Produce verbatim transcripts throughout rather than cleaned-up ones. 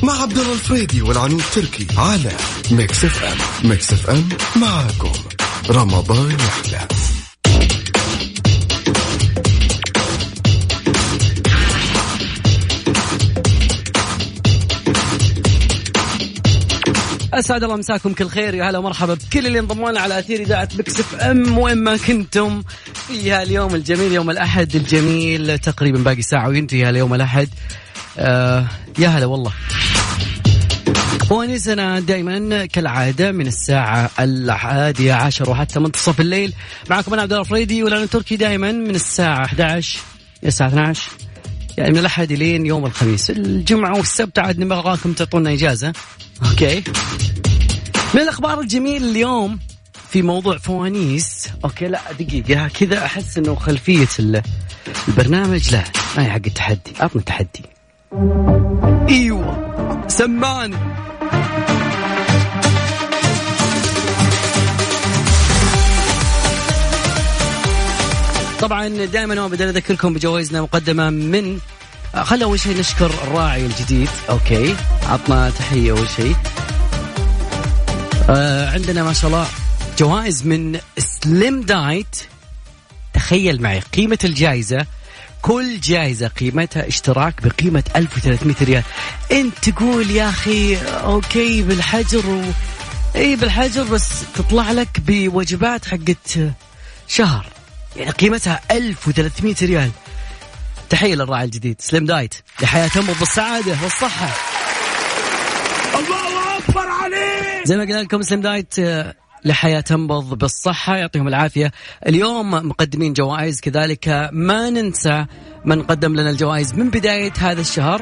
مع عبد الله الفريدي والعنود تركي على ميكس اف ام. ميكس اف ام معاكم رمضان يحلى. أسعد الله مساكم كل خير، يا هلا ومرحبا بكل اللي انضمونا على أثير إذاعة ميكس اف ام وين ما كنتم في هاليوم الجميل، يوم الأحد الجميل. تقريبا باقي ساعة وينتهي هاليوم الأحد. آه يا هلا والله. ونسنا دائما كالعادة من الساعة الحادية عشر وحتى منتصف الليل معكم أنا عبد الله الفريدي والعنود تركي، دائما من الساعة أحد عشر إلى الساعة اثني عشر، يعني من الأحد لين يوم الخميس. الجمعة والسبت عاد نبغاكم تعطونا إجازة. أوكي. من الأخبار الجميل اليوم في موضوع فوانيس. أوكي لا دقيقة كذا، أحس إنه خلفية البرنامج لا ما هي حق التحدي. أعطنا التحدي. أيوة سمعني. طبعا دائما ما بدنا نذكركم بجوائزنا مقدمة من خلنا أول شيء نشكر الراعي الجديد. أوكي عطنا تحية أول شيء. آه عندنا ما شاء الله جوائز من سليم دايت. تخيل معي قيمة الجائزة، كل جائزة قيمتها اشتراك بقيمة ألف وثلاثمائة ريال. انت تقول يا أخي أوكي بالحجر و... اي بالحجر، بس تطلع لك بوجبات حقت شهر يعني قيمتها ألف وثلاثمائة ريال. تحية للراعي الجديد سليم دايت، لحياة تنبض بالسعادة والصحة. الله أكبر عليك. زي ما قلنا لكم سليم دايت لحياة تنبض بالصحة، يعطيهم العافية. اليوم مقدمين جوائز كذلك، ما ننسى من قدم لنا الجوائز من بداية هذا الشهر.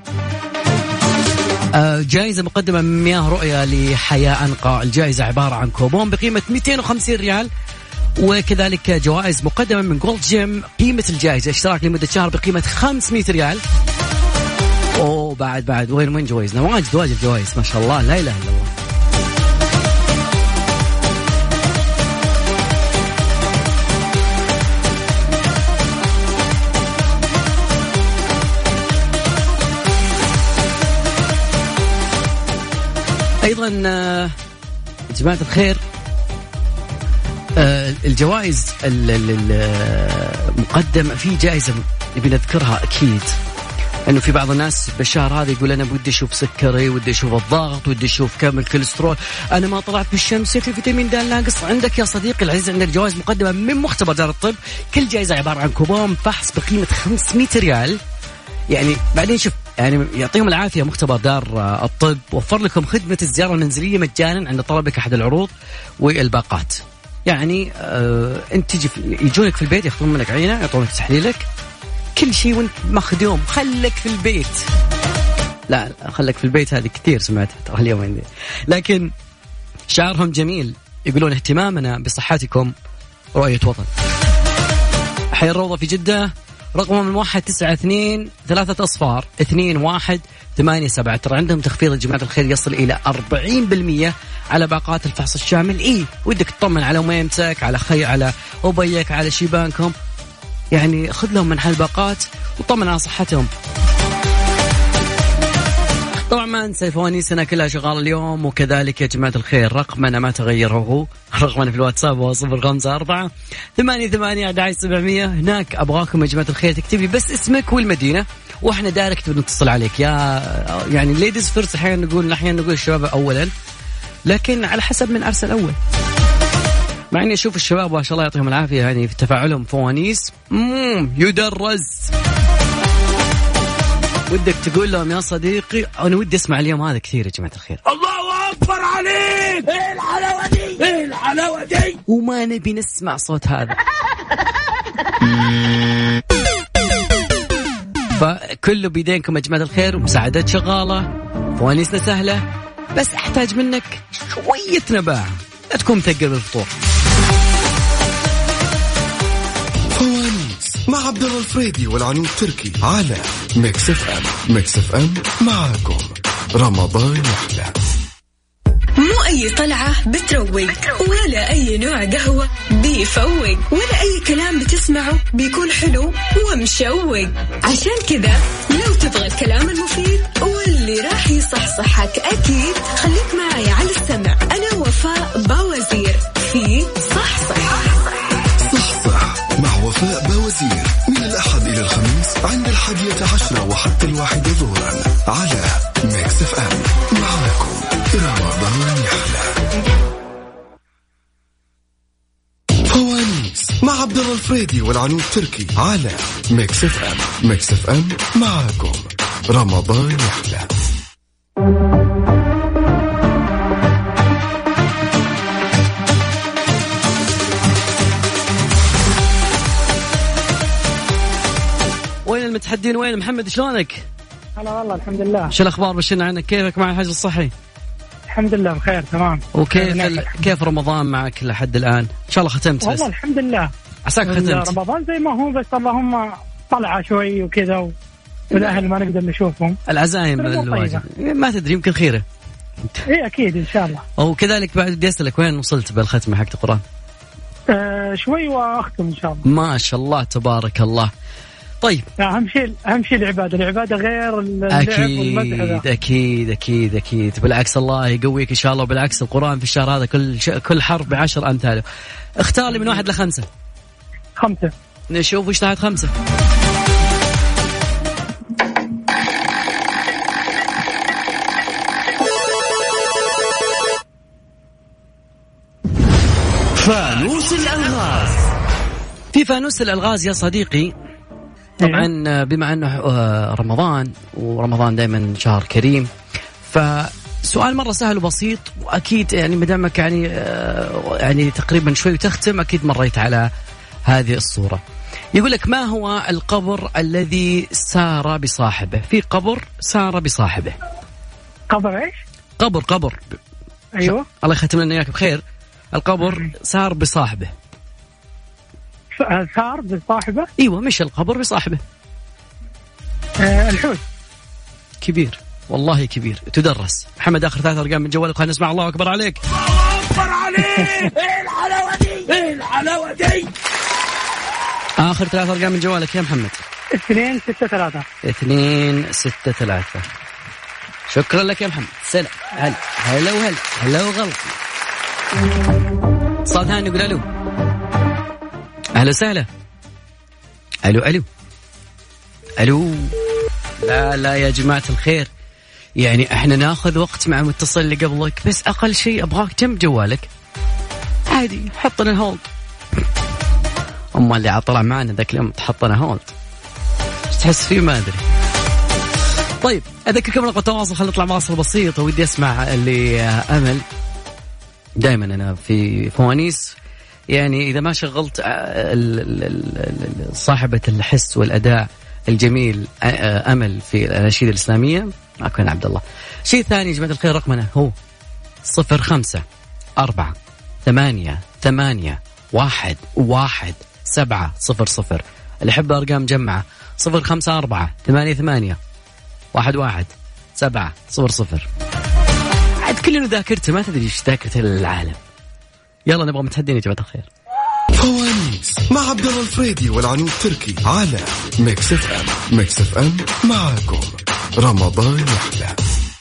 جائزة مقدمة من مياه رؤية لحياة أنقى. الجائزة عبارة عن كوبون بقيمة مئتين وخمسين ريال، وكذلك جوائز مقدمة من جولد جيم. قيمة الجائزة اشتراك لمدة شهر بقيمة خمسمائة ريال. أوه بعد بعد وين وين جوائزنا؟ واجد واجد جوائز ما شاء الله، لا إله إلا الله. أيضا جماعة الخير الجوائز المقدمة في جائزة نبي نذكرها أكيد، إنه في بعض الناس بالشهر هذا يقول أنا بدي أشوف سكري، ودي أشوف الضغط، ودي أشوف كم الكوليسترول، أنا ما طلعت بالشمس، يا أخي فيتامين د ناقص. عندك يا صديقي العزيز عندك جوائز مقدمة من مختبر دار الطب. كل جائزة عبارة عن كوبون فحص بقيمة خمسمائة ريال. يعني بعدين شوف يعني يعطيهم العافية مختبر دار الطب وفر لكم خدمة الزيارة المنزلية مجانا عند طلبك أحد العروض والباقات. يعني آه انت تجي يجونك في البيت ياخذون منك عينة، يعطونك تحليلك، كل شيء وانت ماخذ يوم. خلك في البيت، لا خلك في البيت هذه كثير سمعتها ترى اليوم عندي. لكن شعارهم جميل، يقولون اهتمامنا بصحتكم رؤية وطن. حي الروضة في جدة، رقمهم من واحد تسعة اثنين ثلاثة أصفار اثنين واحد ثمانية سبعة. ترى عندهم تخفيض جماعة الخير يصل إلى أربعين بالمئة على باقات الفحص الشامل. إيه ودك تطمن على ميمتك، على خي على أبيك، على شيبانكم، يعني خذ لهم من هالباقات وطمن على صحتهم. طبعا ما ننسى فوانيسنا كلها شغال اليوم. وكذلك يا جماعة الخير رقمنا ما تغير، هو رقمنا في الواتساب هو صفر خمسة أربعة ثمانية ثمانية أحد عشر سبعمية. هناك أبغاكم يا جماعة الخير تكتبي بس اسمك والمدينة وإحنا دايركت بنتصل عليك. يا يعني ليديز فيرست، أحيانا نقول أحيانا نقول الشباب أولا، لكن على حسب من أرسل أول. مع إني أشوف الشباب ما شاء الله يعطيهم العافية يعني في تفاعلهم فوانيس مم يدرس. ودك تقول لهم يا صديقي أنا ودي أسمع اليوم هذا كثير يا جماعة الخير. الله أكبر عليك. إيه الحلاوة دي، إيه الحلاوة دي، وما نبي نسمع صوت هذا. فكله بيدينكم يا جماعة الخير، ومساعدات شغالة، فوانيسنا سهلة، بس أحتاج منك شوية نباعة، لا تكون مثقل بالفطور. فوانيس مع عبد الله الفريدي والعنود تركي على ميكس اف ام. ميكس اف ام معاكم رمضان يحلى. مو أي طلعة بتروق، ولا أي نوع قهوة بيفوق، ولا أي كلام بتسمعه بيكون حلو ومشوق. عشان كذا لو تبغى الكلام المفيد واللي راح يصح صحصحك أكيد. خليك معي على السمع، أنا وفاء باوزير في صحصح. صحصح مع وفاء باوزير من الأحد إلى الخميس عند الحادية عشرة وحتى الواحدة ظهرا على ميكس اف ام. معكم رمضان يحلى. فوانيس مع عبد الله الفريدي والعنود تركي على ميكس اف ام. ميكس اف ام معكم رمضان يحلى. وين المتحدين؟ وين محمد؟ شلونك؟ هلا والله الحمد لله. شو الأخبار؟ بشرنا عنك، كيفك مع الحجر الصحي؟ الحمد لله بخير تمام. وكيف ال... كيف رمضان معك لحد الآن؟ إن شاء الله ختمت. والله بس الحمد لله عساك ختمت. رمضان زي ما هو، بس اللهم طلع شوي وكذا و... والأهل ما نقدر نشوفهم. العزايم الواجب ما تدري، يمكن خيره. إيه أكيد إن شاء الله. وكذلك بعد بدي أسألك، وين وصلت بالختمة حق القرآن؟ آه شوي وأختم إن شاء الله. ما شاء الله تبارك الله. طيب أهم شيء أهم شيء العبادة، العبادة غير اللعب والمدح. أكيد أكيد أكيد بالعكس الله يقويك إن شاء الله. وبالعكس القرآن في الشهر هذا كل ش... كل حرف بعشر أمثاله. اختار لي من واحد لخمسة. خمسة. نشوف وش تحت خمسة. فانوس الألغاز. في فانوس الألغاز يا صديقي، طبعا بما أنه رمضان، ورمضان دائما شهر كريم، فسؤال مرة سهل وبسيط، وأكيد يعني مدامك يعني يعني تقريبا شوي وتختم، أكيد مريت على هذه الصورة. يقول لك: ما هو القبر الذي سار بصاحبه؟ في قبر سار بصاحبه. قبر إيش؟ قبر قبر أيوه الله يختم لنا إياك بخير. القبر سار بصاحبه. سار بصاحبه؟ ايوه، مش القبر بصاحبه. آه الحوت. كبير والله كبير، تدرس. محمد اخر ثلاث ارقام من جوالك، خلينا نسمع. الله اكبر عليك. الله اكبر عليك. ايه الحلاوه دي، ايه الحلاوه دي. اخر ثلاث ارقام من جوالك يا محمد. اثنين ستة ثلاثة. اثنين ستة ثلاثة. شكرا لك يا محمد. سلام. هلا هلا وهلا هلا وغلط. صوت ثاني يقول الو. أهلا وسهلا. ألو ألو ألو. لا لا يا جماعة الخير، يعني احنا ناخذ وقت مع متصل اللي قبلك، بس أقل شيء أبغاك جنب جوالك عادي، حطنا الهولد. أما اللي عطلع معنا ذاك اليوم تحطنا هولد، تحس فيه ما أدري. طيب أذكركم رقم التواصل، خلينا نطلع مواصل بسيطة ودي أسمع اللي أمل. دائما أنا في فوانيس يعني إذا ما شغلت صاحبة الحس والأداء الجميل أمل في الأناشيد الإسلامية، أكون عبد الله. شيء ثاني يا جماعة الخير، رقمنا هو صفر خمسة أربعة ثمانية ثمانية واحد واحد سبعة صفر صفر. اللي يحب أرقام جمعة صفر خمسة أربعة ثمانية ثمانية واحد واحد سبعة صفر صفر. عاد كلنا ذاكرته، ما تدري إيش ذاكرته للعالم. يلا نبغى متحدين يا جماعة الخير. فوانيس مع عبد الله الفريدي والعنود تركي على ميكس اف ام. ميكس اف ام معكم رمضان يحلى.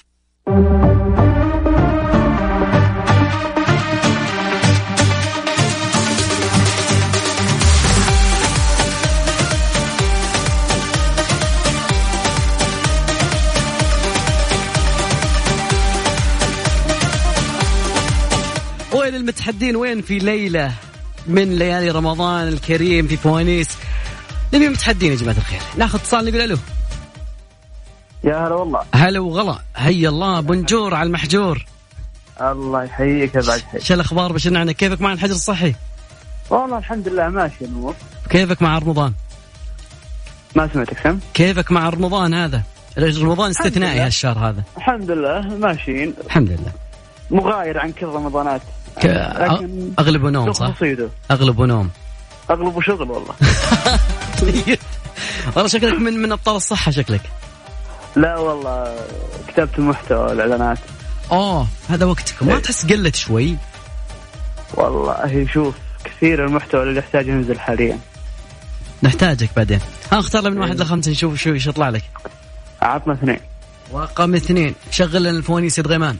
وين المتحدين؟ وين في ليلة من ليالي رمضان الكريم في فوانيس؟ نبي متحدين يا جماعة الخير. ناخذ اتصال نقول الو. يا هلا والله. هلا وغلا. هيا الله. بنجور على المحجور. الله يحييك يا بعد حي. شو الاخبار؟ بشرنا عنك، كيفك مع الحجر الصحي؟ والله الحمد لله ماشي الامور. كيفك مع رمضان؟ ما سمعتك سم؟ كيفك مع رمضان هذا؟ رمضان استثنائي هالشهر هذا. الحمد لله ماشيين. الحمد لله. مغاير عن كل رمضانات. ك... اغلب ونوم صح؟ اغلب ونوم. اغلب وشغل والله. والله شكلك من من ابطال الصحة شكلك. لا والله كتابة المحتوى والاعلانات. اه هذا وقتكم، ما تحس قلت شوي؟ والله شوف كثير المحتوى اللي يحتاج ينزل حاليا. نحتاجك بعدين. ها اختار من واحد لخمسة نشوف شو ايش يطلع لك. عطنا اثنين. رقم اثنين، شغل لنا الفوانيس يا غيمان.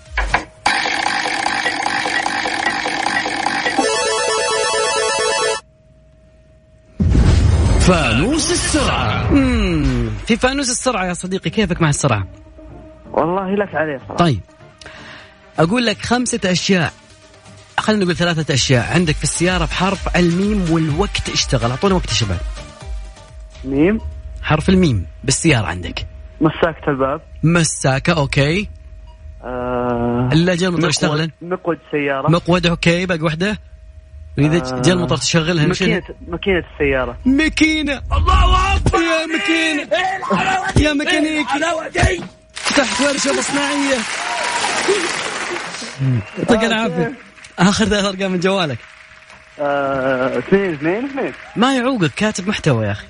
فانوس السرعة. امم في فانوس السرعة يا صديقي، كيفك مع السرعة؟ والله لك عليه صراحة. طيب أقول لك خمسة أشياء، خلينا نقول ثلاثة أشياء عندك في السيارة بحرف الميم والوقت اشتغل. أعطونا وقت يا شباب. ميم. حرف الميم بالسيارة عندك. مساكة الباب. مساكة أوكي. آه... إلا جاء المطر اشتغل. مقود سيارة. مقود أوكي، باقي واحدة. وإذا آه... جاء المطر تشغلها. ماكينة ماكينة السيارة. ماكينة. الله أكبر يا ماكينة. إيه الحلاوة دي؟ يا ميكانيكي. الحلاوة دي؟ تحت ورشة مصنعية. يعطيك العافية. آخر ثلاث أرقام من جوالك. آه... اثنين اثنين اثنين. ما يعوقك، كاتب محتوى يا أخي.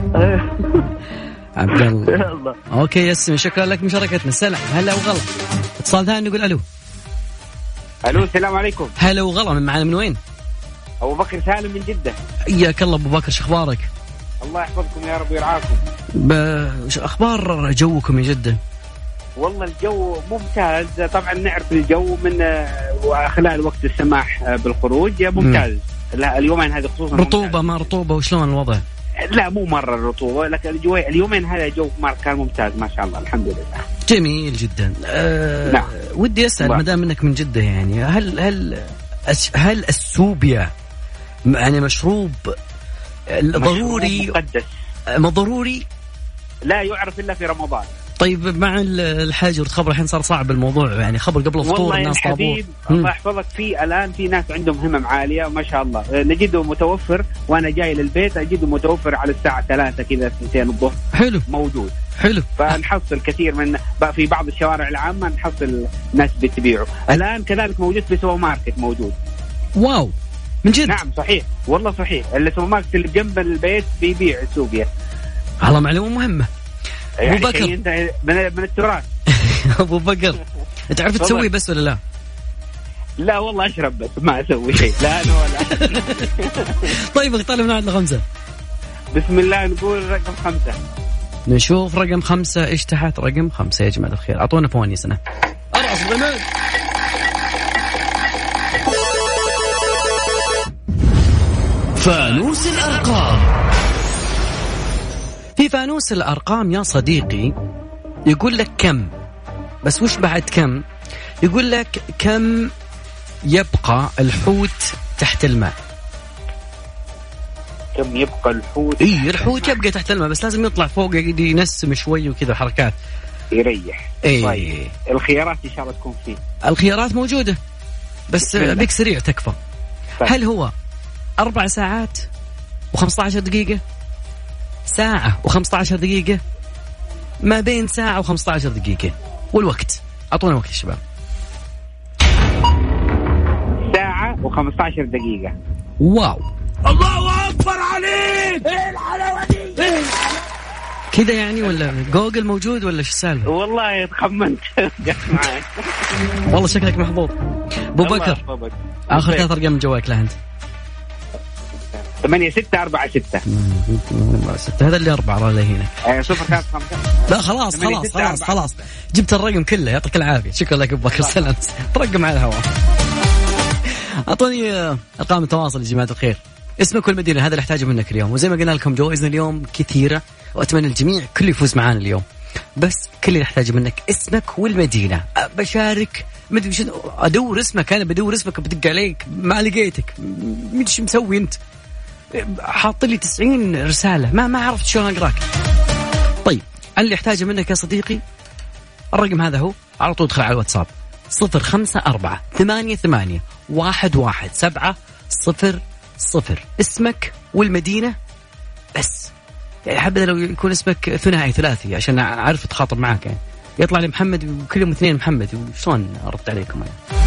عبد الله. اوكي ياسمين، شكرا لك مشاركتنا. سلام. هلا وغلا. اتصال ثاني نقول الو. الو السلام عليكم. هلا وغلا. من معنا من وين؟ ابو بكر سالم من جده. حياك الله ابو بكر، شو اخبارك؟ الله يحفظكم يا رب ويرعاكم. ب... اخبار جوكم يا جده؟ والله الجو ممتاز، طبعا نعرف الجو من خلال وقت السماح بالخروج ممتاز. لا اليومين هذه خصوصا رطوبه ما رطوبه وشلون الوضع؟ لا مو مرة الرطوبة، لكن الجو اليومين هذا جو كان ممتاز ما شاء الله الحمد لله. جميل جدا. أه نعم. ودي أسأل ما دام انك من جدة يعني هل هل هل السوبيا يعني مشروب ضروري مقدس؟ ما ضروري، لا يعرف إلا في رمضان. طيب مع الحجر الخبر الحين صار صعب الموضوع يعني، خبر قبل الفطور الناس طابور. الله يحفظك، في الآن في ناس عندهم همم عالية ما شاء الله، نجده متوفر وأنا جاي للبيت أجده متوفر على الساعة ثلاثة كذا اثنتين الظهر. حلو موجود. حلو. فنحصل كثير من في بعض الشوارع العامة نحصل ناس بتبيعه. الآن كذلك موجود في سوبر ماركت موجود. واو من جد؟ نعم صحيح والله صحيح، السوبر ماركت اللي جنب البيت بيبيع سوبيا. والله معلومة مهمة. يعني أبو بكر من, من التراث. أبو بكر تعرف تسوي بس ولا لا؟ لا والله أشرب بس ما أسوي شيء. لا أنا ولا. طيب اختار من واحد لخمسة. بسم الله نقول رقم خمسة. نشوف رقم خمسة إيش تحت رقم خمسة يا جماعة الخير. أعطونا فوانيسنا. أرأس غماد. فانوس الأرقام. في فانوس الأرقام يا صديقي يقول لك كم، بس وش بعد كم؟ يقول لك كم يبقى الحوت تحت الماء. كم يبقى الحوت؟ إيه الحوت يبقى تحت الماء بس لازم يطلع فوق ينسم شوي وكذا حركات يريح. إيه. طيب الخيارات إن شاء الله تكون فيه. الخيارات موجودة بس بيك سريع تكفى. طيب. هل هو أربع ساعات وخمسة عشر دقيقة، ساعة وخمسة عشر دقيقة، ما بين ساعة وخمسة عشر دقيقة؟ والوقت أعطونا وقت يا شباب. ساعة وخمسة عشر دقيقة. واو الله أكبر عليك. إيه الحلاوة دي؟ إيه كده يعني ولا جوجل موجود ولا شو السالفة؟ والله تخمنت. والله شكلك محظوظ. أبو بكر آخر ثلاث أرقام من جوالك لا أنت. ثمانية ستة أربعة ستة. ستة هذا اللي أربعة راه هنا. صفر ثلاثة خمسة. لا خلاص خلاص خلاص خلاص جبت الرقم كله. يعطيك العافية. شكرا لك أبو بكر. سلام. ترقم على الهواء. أعطوني أرقام التواصل يا جماعة الخير. اسمك والمدينة هذا اللي أحتاجه منك اليوم. وزي ما قلنا لكم جوائزنا اليوم كثيرة وأتمنى الجميع كل يفوز معانا اليوم، بس كل اللي أحتاجه منك اسمك والمدينة. بشارك مدري شنو أدور اسمك، أنا بدور اسمك بدق عليك ما لقيتك، مدري شو مسوي أنت، حاط لي تسعين رسالة ما ما عرفت شلون أقراك. طيب اللي أحتاجه منك يا صديقي الرقم هذا هو، على طول ادخل على الواتساب صفر خمسة أربعة ثمانية ثمانية واحد واحد سبعة صفر صفر، اسمك والمدينة بس. يعني حبذا لو يكون اسمك ثنائي ثلاثي عشان أعرف أتخاطب معك. يعني يطلع لي محمد وكل يوم اثنين محمد وشلون أرد عليكم أنا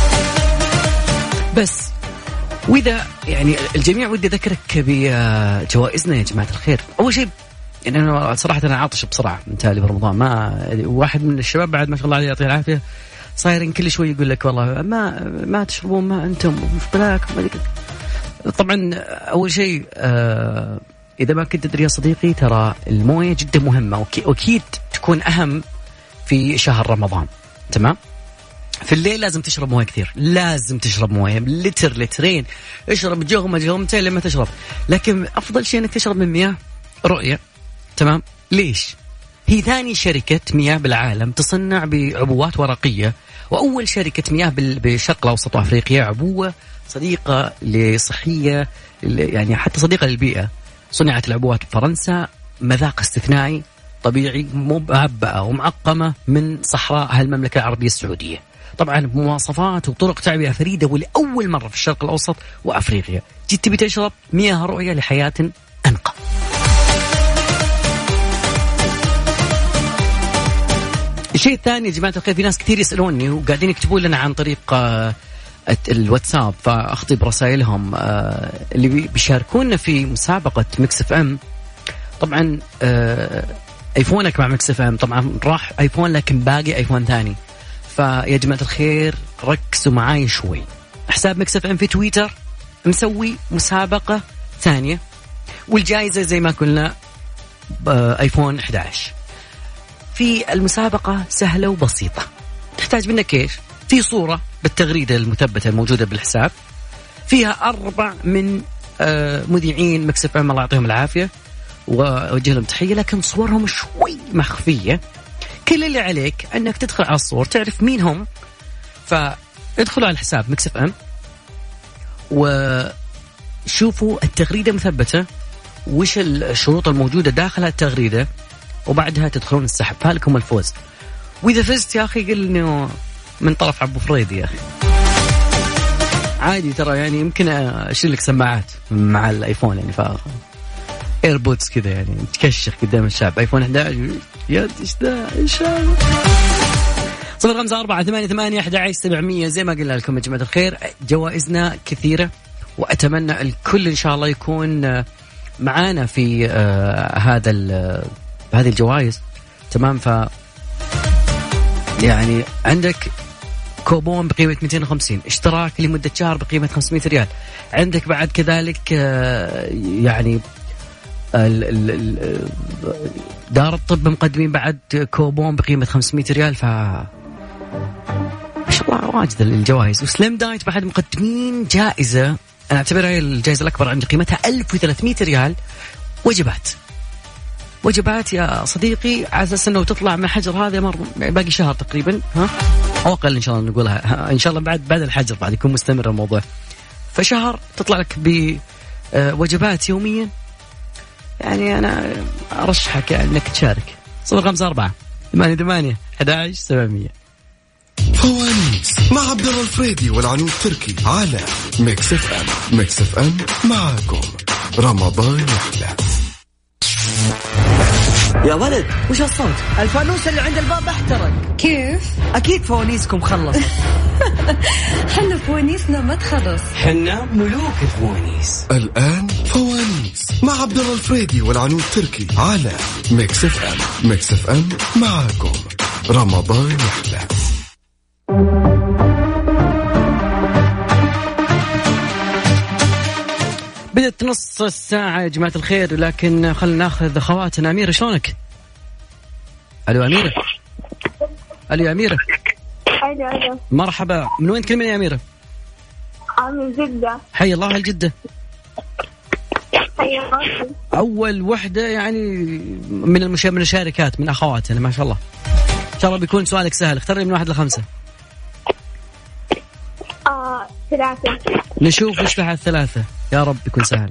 بس. وإذا يعني الجميع ودي ذكرك بجوائزنا يا جماعة الخير. أول شيء يعني أنا صراحة أنا عاطش بسرعة من تالي برمضان، ما واحد من الشباب بعد ما شاء الله عليه يعطيه العافية صايرين كل شوي يقول لك والله ما ما تشربون ما أنتم مش بلاك. طبعا أول شيء آه إذا ما كنت تدري يا صديقي ترى الموية جدا مهمة وأكيد تكون أهم في شهر رمضان. تمام. في الليل لازم تشرب مويه كثير، لازم تشرب مويه لتر لترين، اشرب جغمه جغمتين لما تشرب. لكن افضل شيء انك تشرب من مياه رؤية. تمام. ليش؟ هي ثاني شركة مياه بالعالم تصنع بعبوات ورقية، وأول شركة مياه بالشرق الأوسط وأفريقيا، عبوة صديقة لصحية يعني حتى صديقة للبيئة. صنعت العبوات بفرنسا، مذاق استثنائي طبيعي، مبعبأة ومعقمة من صحراء هالمملكة العربية السعودية، طبعا بمواصفات وطرق تعبئة فريدة ولأول مرة في الشرق الأوسط وأفريقيا. جيت تبي تشرب مياه رؤية لحياة أنقى. الشيء الثاني يا جماعة الخير، في ناس كثير يسألوني وقاعدين يكتبوا لنا عن طريق الواتساب، فأخطي برسائلهم اللي بيشاركونا في مسابقة ميكس اف ام. طبعا ايفونك مع ميكس اف ام، طبعا راح ايفون لكن باقي ايفون ثاني. فيا جماعة الخير ركزوا معاي شوي. حساب ميكس اف ام في تويتر مسوي مسابقة ثانية، والجائزة زي ما قلنا ايفون إحدى عشر. في المسابقة سهلة وبسيطة، تحتاج منك ايش؟ في صورة بالتغريدة المثبتة الموجودة بالحساب، فيها أربع من مذيعين ميكس اف ام الله يعطيهم العافية وأوجه لهم تحية، لكن صورهم شوي مخفية. كل اللي عليك أنك تدخل على الصور تعرف مين هم، فادخلوا على الحساب ميكس اف ام وشوفوا التغريدة مثبتة وش الشروط الموجودة داخل التغريدة، وبعدها تدخلون السحب، فالكم الفوز. وإذا فزت يا أخي قل إنه من طرف عبو فريد يا أخي، عادي ترى، يعني يمكن أشيل لك سماعات مع الآيفون يعني، ف ايربودز كذا يعني تكشخ قدام الشعب. آيفون إحدى عشر يا إيش ذا إيش هذا. صفر خمسة أربعة ثمانية ثمانية أحد عشر سبعمية. زي ما قلنا لكم يا جماعة الخير جوائزنا كثيرة، وأتمنى الكل إن شاء الله يكون معانا في آه هذا هذه الجوائز. تمام. ف يعني عندك كوبون بقيمة مئتين وخمسين، اشتراك لمدة شهر بقيمة خمسمائة ريال. عندك بعد كذلك يعني دار الطب مقدمين بعد كوبون بقيمة خمسمائة ريال. ف ما شاء الله واجد الجوائز. وسليم دايت بعد مقدمين جائزة أنا أعتبرها الجائزة الأكبر عندي، قيمتها ألف وثلاثمائة ريال. وجبات وجبات يا صديقي، على أساس أنه تطلع من الحجر هذا مر باقي شهر تقريبا، ها أو أقل إن شاء الله نقولها، إن شاء الله بعد بعد الحجر بعد يكون مستمر الموضوع. فشهر تطلع لك بوجبات يوميا، يعني أنا أرشحك يعني أنك تشارك. صفر خمسة أربعة ثمانية ثمانية أحد عشر سبعمية. فوانيس مع عبد الله الفريدي والعنود تركي على ميكس اف ام. ميكس اف ام معاكم رمضان يحلى. يا ولد وش الصوت؟ الفانوس اللي عند الباب احترق. كيف؟ أكيد فوانيسكم خلص. حنا فوانيسنا ما تخلص، حنا ملوك الفوانيس. الآن فوانيس مع عبد الله الفريدي والعنود تركي على ميكس اف ام. ميكس اف ام معاكم رمضان يحلى. بدأت نص الساعة يا جماعة الخير، لكن خلنا ناخذ خواتنا. أميرة شلونك؟ ألو أميرة. ألو يا أميرة. ألو ألو. مرحبا، من وين تكلمين يا أميرة؟ من جدة. حي الله الجدة. حي الله. أول وحدة يعني من المشا... من الشاركات من أخواتنا ما شاء الله. إن شاء الله بيكون سؤالك سهل، اختاري من واحد لخمسة. آه ثلاثة. نشوف وش تحت ثلاثة، يا رب يكون سهل.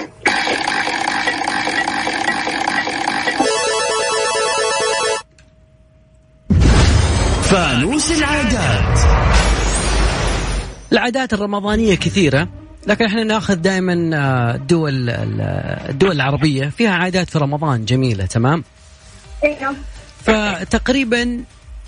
فانوس العادات. العادات الرمضانية كثيرة، لكن احنا ناخذ دائما الدول الدول العربية فيها عادات في رمضان جميلة. تمام. ايوه. فتقريبا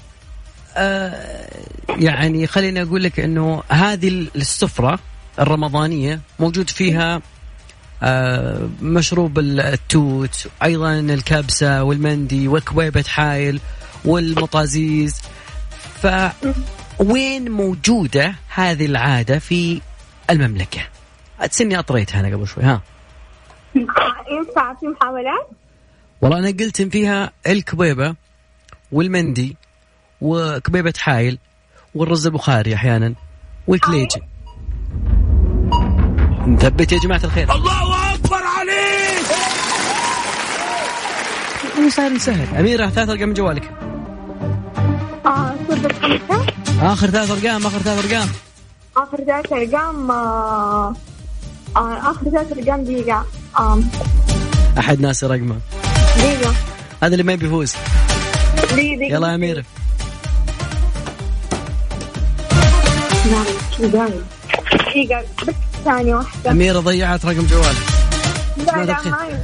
آه يعني خليني أقول لك أنه هذه السفرة الرمضانية موجود فيها آه مشروب التوت، أيضا الكبسة والمندي وكويبة حايل والمطازيز. فوين موجودة هذه العادة في المملكة؟ أتسني أطريتها أنا قبل شوي. ها ينفع في محاولات؟ والله أنا قلت إن فيها الكويبة والمندي وكبيبة حايل والرز البخاري أحيانا والكليجي. نثبت يا جماعة الخير. الله أكبر عليك. مو صار سهل. أميرة ثلاث أرقام من جوالك. آه صفر خمسة. آخر ثلاث أرقام. آخر ثلاث أرقام. آخر ثلاث أرقام. آه آخر ثلاث أرقام دقيقة. آه. أحد ناسي رقمه. دقيقة. هذا اللي ما بيفوز. دقيقة. يلا يا أميرة. نعم شو دايم. دقيقة بس ثانية واحدة. أميرة ضيعت رقم جوالك. لا لا ما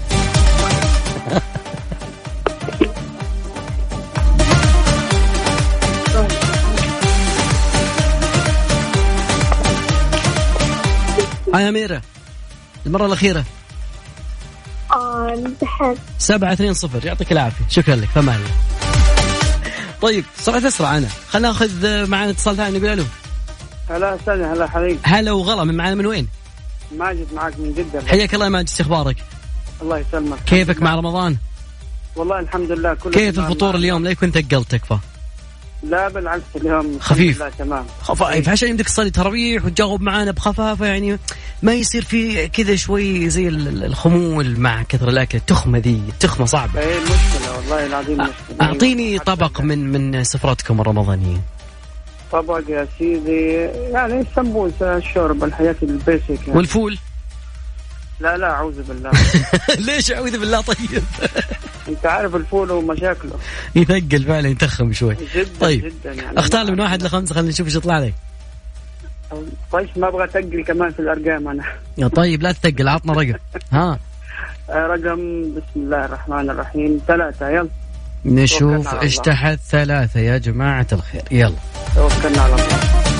هاي أميرة المرة الأخيرة. آه الامتحان. سبعة اثنين صفر. يعطيك العافية. شكرا لك. فما عليك. طيب سرعة أسرع أنا. خلنا نأخذ معنا اتصال ثاني. نقول ألو. هلا أستاذ. هلا حبيبي. هلا وغلا. من معنا من وين؟ ماجد معك من جدة. حياك الله يا ماجد. أخبارك؟ الله يسلمك. كيفك مع رمضان؟ والله الحمد لله. كل كيف الفطور اليوم؟ لا يكون ثقلت تكفى. لا بالعكس اليوم خفيف. لا تمام خفيف عشان يمدك تصلي تراويح وتجاوب معانا بخفافة يعني ما يصير في كذا شوي زي الخمول مع كثر الأكل. التخمة ذي التخمة صعبة. ايه مشكلة والله العظيم مشكلة. أعطيني طبق من من سفرتكم الرمضانية. طبق يا سيدي يعني السمبوسة الشوربة الحياة البيسك يعني. والفول؟ لا لا أعوذ بالله. ليش أعوذ بالله؟ طيب أنت عارف الفول ومشاكله يثقل فعلا يتخم شوي. جدا طيب جدا يعني. اختار من واحد لخمسة خلينا نشوف ايش يطلع لك. طيب ما أبغى أثقل كمان في الأرقام أنا. يا طيب لا تثقل. عطنا رقم. ها رقم بسم الله الرحمن الرحيم ثلاثة. يلا نشوف ايش تحت ثلاثة يا جماعة الخير. يلا توكلنا على الله.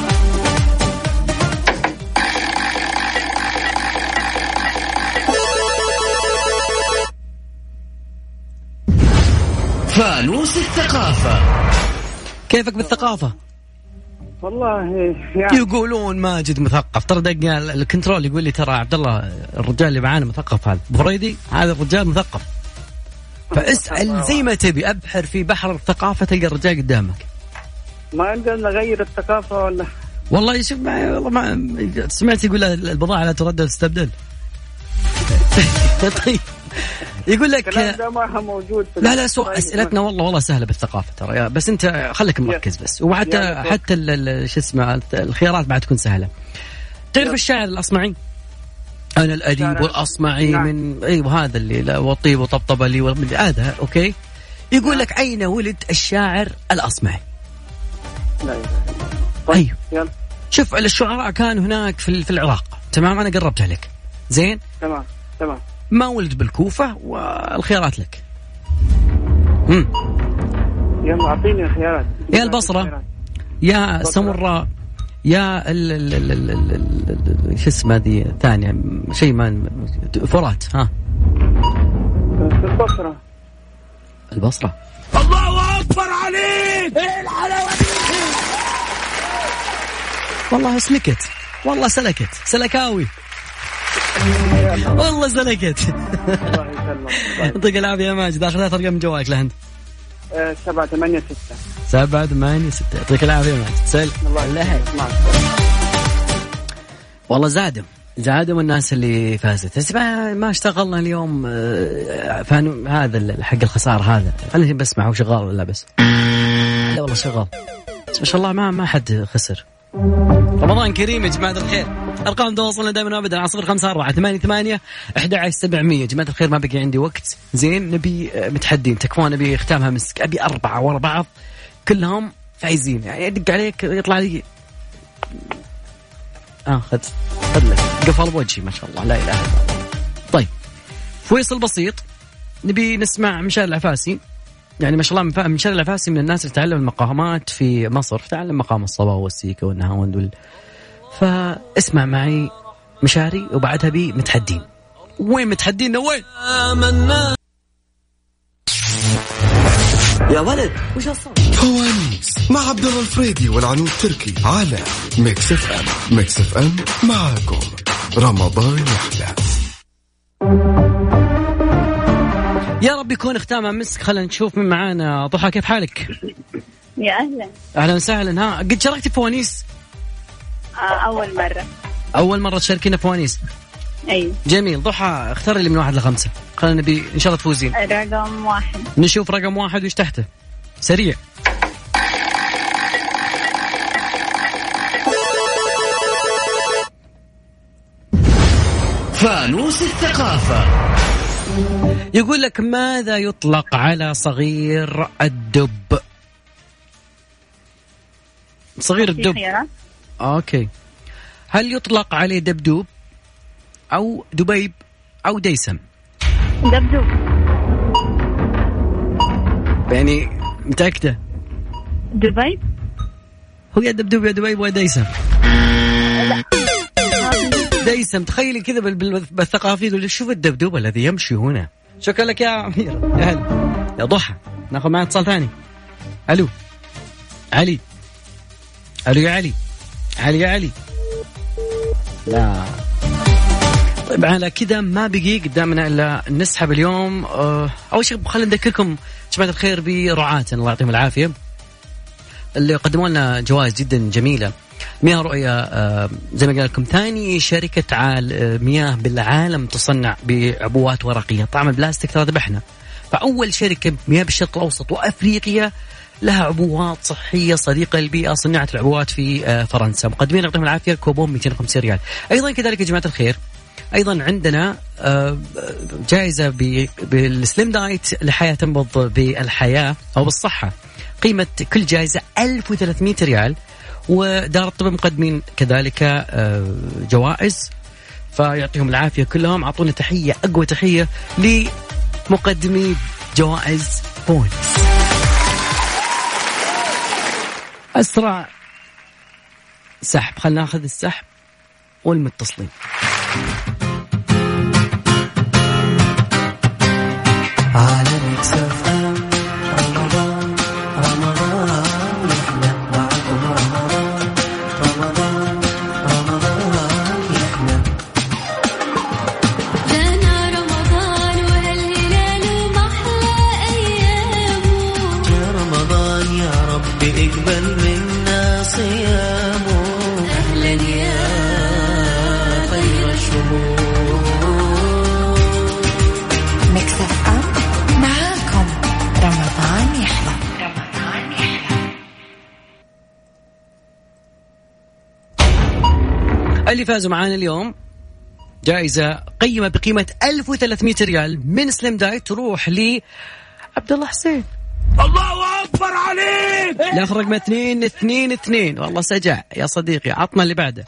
فانوس الثقافة. كيفك بالثقافة؟ والله يعني يقولون ماجد مثقف. ترى دق الكنترول يقول لي ترى عبد الله الرجال اللي معانا مثقف. هذا بريدي هذا الرجال مثقف. فاسأل زي ما تبي. أبحر في بحر الثقافة تلقى الرجال قدامك. ما عندنا نغير الثقافة ولا؟ والله يشوف معي والله ما سمعت يقول البضاعة لا ترد وتستبدل. طيب يقول لك ما موجود. لا لا سوء أسئلتنا والله والله سهلة بالثقافة ترى. بس أنت خليك مركز بس. وحتى حتى شو اسمه الخيارات بعد تكون سهلة. تعرف الشاعر الأصمعي؟ أنا الأديب والأصمعي نعم. من أيوة هذا اللي لا وطيب وطبطب لي هذا أوكي. يقول نعم. لك أين ولد الشاعر الأصمعي؟ لا طيب. أيوة يلا. شوف الشعراء كانوا هناك في في العراق. تمام أنا قربتها لك. زين تمام تمام. ما ولد بالكوفة والخيارات لك. امم يلا أعطيني الخيارات. يا البصرة يا سمراء يا ال ال ال ال ال شو اسمه ذي ثانية شيء ما فرات. ها البصرة. البصرة. الله أكبر عليك. إيه الحلاوة دي. والله سلكت. والله سلكت سلكاوي. والله سلكت. الله يسلمك. يعطيك العافية يا ماجد. آخر ثلاث أرقام من جوالك لهند. سبعة ثمانية ستة. سبعة ثمانية ستة. يعطيك العافية يا ماجد. سلم. الله والله زادم زادم الناس اللي فازت. بس ما ما اشتغلنا اليوم فانو هذا الحق الخسارة هذا. خليني بسمع هو شغال ولا بس. لا والله شغال. بس ما شاء الله ما ما حد خسر. رمضان كريم يا جماعة الخير. أرقام تواصلنا دائما أبدا على صفر خمسة أربعة ثمانية ثمانية أحد عشر سبعمية. جماعة الخير ما بقي عندي وقت. زين نبي متحدين تكفون. نبي ختامها مسك. أبي أربعة ورا بعض كلهم فايزين يعني. أدق عليك يطلع لي آه خد خد لك قفل بوجهي ما شاء الله. لا إله إلا الله. طيب فويصل بسيط. نبي نسمع مشاري العفاسي. يعني ما شاء الله مشاري العفاسي من الناس اللي تعلم المقامات في مصر. تعلم مقام الصبا والسيكا والنهاوند وال... فاسمع معي مشاري وبعدها بي متحدين. وين متحدين وين؟ يا ولد وش الصوت؟ فوانيس مع عبد الله الفريدي والعنود تركي على ميكس اف ام. ميكس اف ام معاكم رمضان يحلى. يا رب يكون ختامها مسك. خلينا نشوف من معانا. ضحى كيف حالك؟ يا أهلا. أهلا وسهلا. ها قد شاركتي فوانيس؟ أول مرة. أول مرة تشاركينا فوانيس؟ أيوة. جميل. ضحى اختاري لي من واحد لخمسة، خلينا نبي إن شاء الله تفوزين. رقم واحد. نشوف رقم واحد وش تحته. سريع. فانوس الثقافة. يقول لك ماذا يطلق على صغير الدب؟ صغير الدب. أوكي. هل يطلق عليه دبدوب أو دبيب أو ديسم؟ دبدوب. يعني متأكدة؟ دبيب. هو يا دبدوب يا دبيب ويا ديسم. ديسم. تخيلي كذا بالثقافي يقول شوف الدبدوب الذي يمشي هنا. شكرا لك يا أمير. يا هلا يا ضحى. ناخذ معنا اتصال ثاني. ألو علي. ألو يا علي. علي يا علي. لا. طيب على كذا ما بقي قدامنا إلا نسحب اليوم. أول شيء خلينا نذكركم جماعة الخير برعاة الله يعطيهم العافية اللي قدموا لنا جوائز جدا جميلة. مياه رؤية زي ما قال لكم ثاني شركة عال مياه بالعالم تصنع بعبوات ورقية طعم البلاستيك ترى ذبحنا. فأول شركة مياه بالشرق الأوسط وأفريقيا لها عبوات صحية صديقة للبيئة صنعت العبوات في فرنسا. مقدمين يعطيهم العافية كوبون مئتين وخمسين ريال. أيضا كذلك يا جماعة الخير أيضا عندنا جائزة بالسليم دايت لحياة تنبض بالحياة أو بالصحة قيمة كل جائزة ألف وثلاثمئة ريال. ودار الطب مقدمين كذلك جوائز فيعطيهم العافية كلهم. أعطونا تحية أقوى تحية لمقدمي جوائز بوينتس. أسرع سحب. خلنا ناخذ السحب والمتصلين. على ميكس اف ام رمضان رمضان يحلى معكم رمضان رمضان رمضان يحلى. جانا رمضان وهالهلال ومحلى أيامه يا رمضان يا رب اقبل منا صيامه. أهلا يا خير الشهور. ميكس اف ام معاكم رمضان يحلى. رمضان يحلى. اللي فازوا معانا اليوم جائزة قيمة بقيمة ألف وثلاثمئة ريال من سليم دايت تروح لي عبد الله حسين. الله أكبر عليك. لا رقم اثنين اثنين اثنين. والله سجع يا صديقي. عطنا اللي بعده.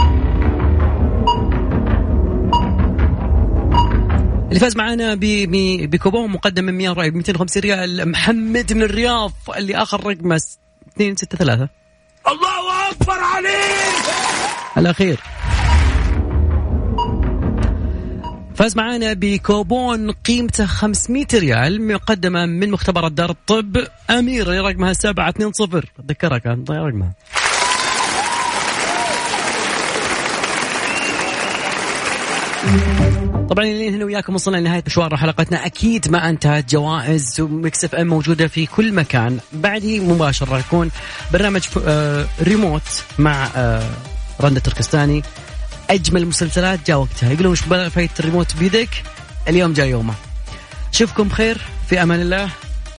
اللي فاز معانا بكوبون مقدم من مياه رؤية مئتين وخمسين ريال محمد من الرياض اللي آخر رقمه اثنين ستة ثلاثة. الله أكبر عليك. الأخير فاز معانا بكوبون قيمته خمسمئة ريال مقدمة من مختبرات دار الطب أمير اللي رقمها سبعة اثنين صفر. أتذكرها كان ضيع رقمها. طبعا هنا وياكم وصلنا لنهاية مشوار حلقتنا. أكيد ما انتهت. جوائز ميكس اف ام موجودة في كل مكان. بعده مباشرة يكون برنامج ريموت مع رندة تركستاني. أجمل مسلسلات جاء وقتها. يقولون مش فايت الريموت بيدك. اليوم جاء يومه. شوفكم خير في أمان الله.